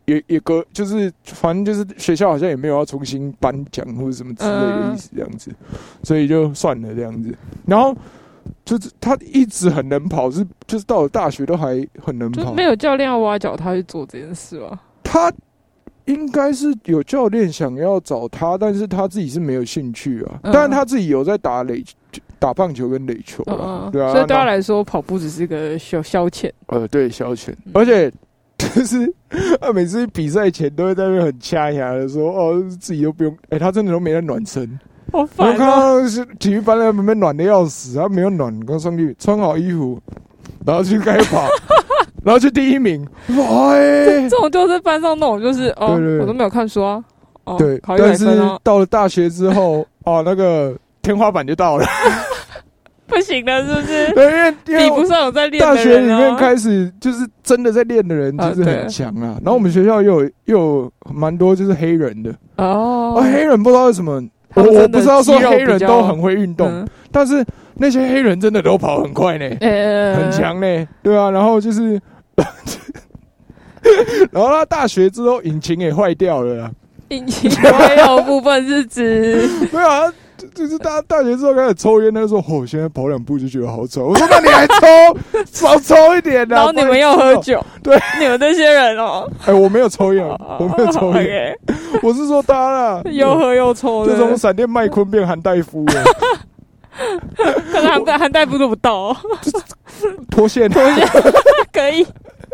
也也隔就是反正就是学校好像也没有要重新颁奖或者什么之类的意思这样子，嗯、所以就算了这样子。然后就是他一直很能跑，是就是到了大学都还很能跑， 就没有教练要挖角他去做这件事吧？ 他应该是有教练想要找他，但是他自己是没有兴趣啊。嗯、当然他自己有在打垒打棒球跟垒球啊，嗯、对啊， 所以对他来说跑步只是个消消遣。呃， 对，消遣，嗯、而且。就是他每次比赛前都会在那边很掐牙的说：“哦，自己都不用。欸”哎，他真的都没在暖身。 好烦、喔！我看到是体育班在那边暖的要死，他没有暖，跟上去穿好衣服，然后去开跑，然后去第一名。哇、欸！ 这种就是班上那种，就是哦，对对对我都没有看书啊。哦、 对， 考一百分、啊、 但是到了大学之后，哦，那个天花板就到了。 不行了，是不是？ 对，因为因为比不上有在练的人、啊。 大学里面开始就是真的在练的人，就是很强啊。啊然后我们学校又有又有蛮多就是黑人的哦，啊、黑人不知道为什么，我我不知道说黑人都很会运动，嗯、但是那些黑人真的都跑很快呢，欸、很强呢，对啊。然后就是，然后他大学之后引擎也坏掉了啦， 引擎坏掉部分是指对啊。就是大大学之后开始抽烟，他就说：“哦，现在跑两步就觉得好丑。”我说：“那你还抽，少抽一点啊！” 然后你们又喝酒， 对， 你们这些人哦， 哎、欸，我没有抽烟，我没有抽烟， okay. 我是说他啦， 又喝又抽的， 就从闪电麦昆变韩戴夫了。 可能韩韩戴夫都不到、哦， 脱线， 脱线可以。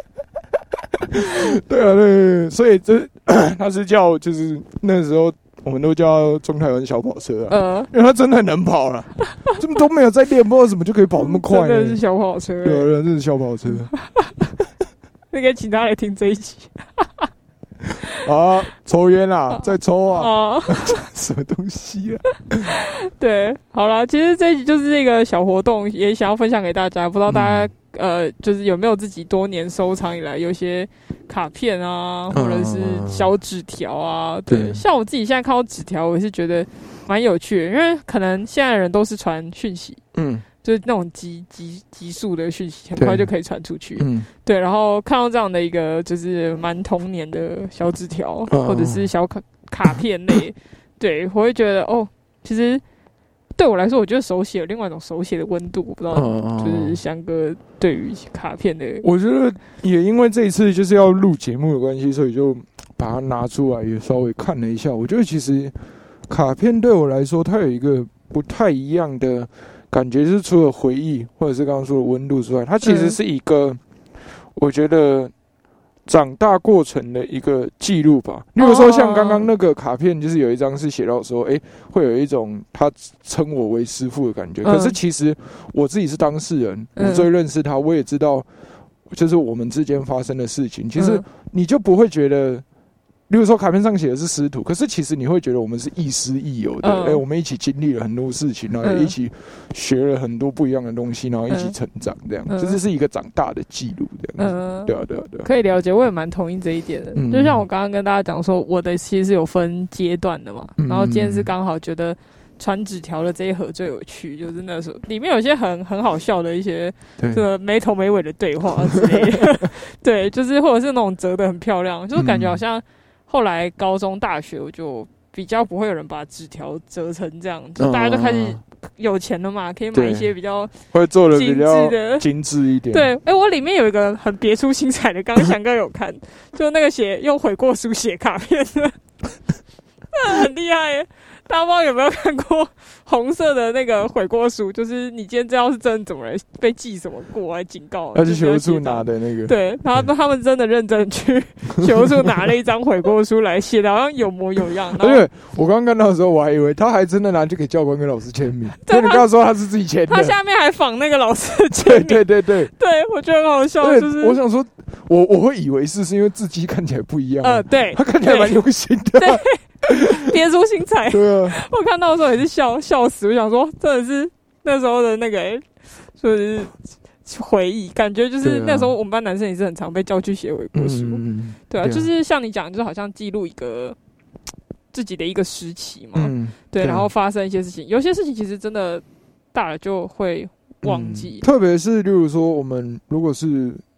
对啊，对, 对, 对，所以这他是叫，就是那时候。我们都叫中台湾小跑车啊，嗯，因为他真的很能跑了，怎么都没有在练，不知道怎么就可以跑那么快、欸。 真的是小跑车， 对，真的是小跑车。 那个请他来听这一集。 啊，抽烟啦，再抽啊！啊什么东西啊？ 对，好啦，其实这一集就是这个小活动，也想要分享给大家。不知道大家、嗯、呃，就是有没有自己多年收藏以来有些卡片啊，或者是小纸条啊？对，对像我自己现在看到纸条，我是觉得蛮有趣的，因为可能现在的人都是传讯息，嗯。就是那种急急急速的讯息，很快就可以传出去。嗯，对。然后看到这样的一个就是蛮童年的小纸条，哦、或者是小卡卡片类，对我会觉得哦，其实对我来说，我觉得手写有另外一种手写的温度。我不知道，哦、就是翔哥对于卡片的， 我觉得也因为这一次就是要录节目的关系，所以就把它拿出来也稍微看了一下。我觉得其实卡片对我来说，它有一个不太一样的。感觉是除了回忆或者是刚刚说的温度之外，它其实是一个、嗯、我觉得长大过程的一个记录吧。例如说像刚刚那个卡片，就是有一张是写到说，哎、欸，会有一种他称我为师父的感觉。嗯、可是其实我自己是当事人，我最认识他，我也知道就是我们之间发生的事情。其实你就不会觉得。例如说卡片上写的是师徒，可是其实你会觉得我们是亦师亦友的，哎、嗯欸，我们一起经历了很多事情，然后也一起学了很多不一样的东西，然后一起成长，这样，嗯、这是一个长大的记录，这样子、嗯。对啊，对啊，对啊。 可以了解，我也蛮同意这一点的。嗯、就像我刚刚跟大家讲说，我的其实是有分阶段的嘛，嗯、然后今天是刚好觉得传纸条的这一盒最有趣，就是那时候里面有些很很好笑的一些这个没头没尾的对话之类的，对，就是或者是那种折得很漂亮，就是感觉好像。后来高中、大学，我就比较不会有人把纸条折成这样，就大家都开始有钱了嘛，可以买一些比较会做的比较精致一点。 对，哎、欸，我里面有一个很别出心裁的，刚刚翔哥有看，就那个写用悔过书写卡片的，很厉害耶。大家不知道有没有看过红色的那个悔过书？就是你今天知道是真的怎么人被记什么过来警告， 要去学务处拿的那个。 对，然后他们真的认真去学务处拿了一张悔过书来写的，好像有模有样。 而且我刚刚看到的时候，我还以为他还真的拿去给教官跟老师签名。对，你刚刚说他是自己签的， 他下面还仿那个老师签名。 对对对对， 对我觉得很好笑。就是我想说，我我会以为是是因为字迹看起来不一样。呃， 对， 他看起来蛮用心的。 对。别出心裁， 对啊， 我看到的时候也是笑笑死。我想说，真的是那时候的那个、欸，就是回忆，感觉就是那时候我们班男生也是很常被叫去写悔过书，嗯、对啊，就是像你讲，就是好像记录一个自己的一个时期嘛，嗯、对，然后发生一些事情，有些事情其实真的大了就会忘记， 嗯、特别是例如说我们如果是。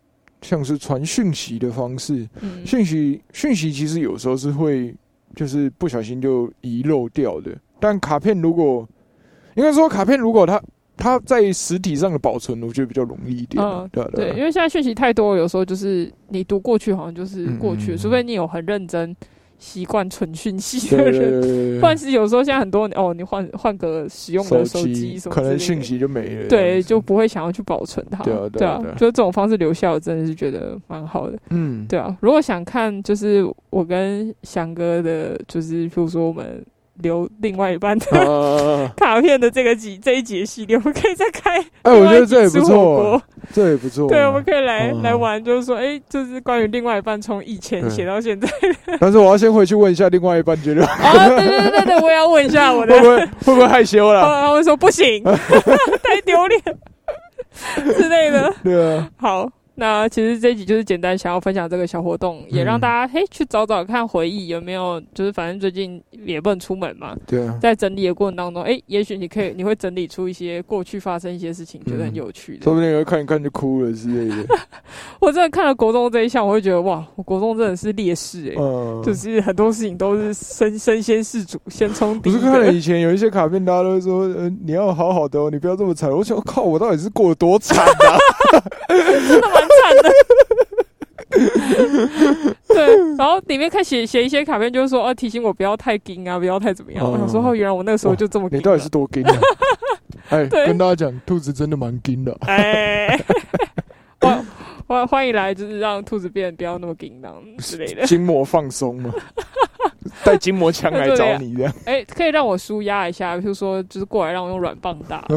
像是传讯息的方式，嗯、讯息讯息其实有时候是会就是不小心就遗漏掉的，但卡片如果应该说卡片如果它它在实体上的保存，我觉得比较容易一点。嗯，对 对, 对，因为现在讯息太多，有时候就是你读过去好像就是过去，嗯、除非你有很认真习惯存讯息的人，对对对对，不然是有时候现在很多哦，你换换个使用的手机什么， 可能讯息就没了， 对，就不会想要去保存它。 对啊，对啊， 对啊，就是这种方式留下，我真的是觉得蛮好的。嗯，对啊，如果想看就是我跟翔哥的，就是比如说我们留另外一半的、啊、卡片的这个集这一集系列，我们可以再开。 哎、欸，我觉得这也不错，这也不错。 对，我们可以来、啊、来玩，就是说，哎、欸，就是关于另外一半从以前写到现在。 但是我要先回去问一下另外一半，觉得啊，对对对对，我也要问一下我的， 会不会会不会害羞了？ 他会说不行，太丢脸之类的。 对啊， 好。那其实这一集就是简单想要分享这个小活动，也让大家嘿去找找看回忆有没有，就是反正最近也不能出门嘛， 对啊， 在整理的过程当中，哎，也许你可以你会整理出一些过去发生一些事情，觉得很有趣的， 说不定看一看就哭了之类的。 我真的看了国中这一项，我会觉得哇，我国中真的是烈士哎、欸嗯，就是很多事情都是身身先士卒，先冲第一。 不是看了以前有一些卡片，大家都会说，呃，你要好好的哦，你不要这么惨。我想，靠，我到底是过得多惨啊？ 真的蛮惨的。对，然后里面看写写一些卡片，就是说，哦、啊，提醒我不要太硬啊，不要太怎么样。嗯、我想说，哦，原来我那个时候就这么硬。 你到底是多硬啊？哎，跟大家讲，兔子真的蛮硬的。 哎，欢欢欢迎来，就是让兔子变得不要那么硬当之类的。 筋膜放松嘛，带筋膜枪来找你这样。 哎、欸，可以让我舒压一下，比如说，就是过来让我用软棒打。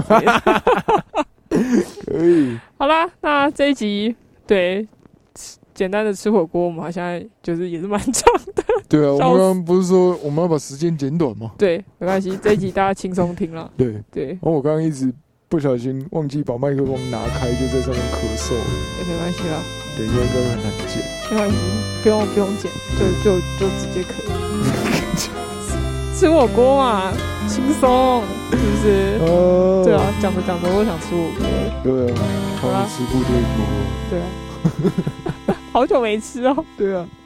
可以。 好啦，那这一集对。简单的吃火锅，我们好像就是也是蛮长的。 对啊，我们刚刚不是说我们要把时间减短吗？ 对，没关系，这一集大家轻松听了。 对对。 然后我刚刚一直不小心忘记把麦克风拿开，就在上面咳嗽了。 也没关系啦。 对，应该很难剪。 没关系，不用不用剪，就就就直接可以。吃火锅嘛，轻松，是不是？呃、对啊，讲着讲着我想吃火锅。 对啊，好想吃部队锅。 对啊。好久没吃哦。 对啊。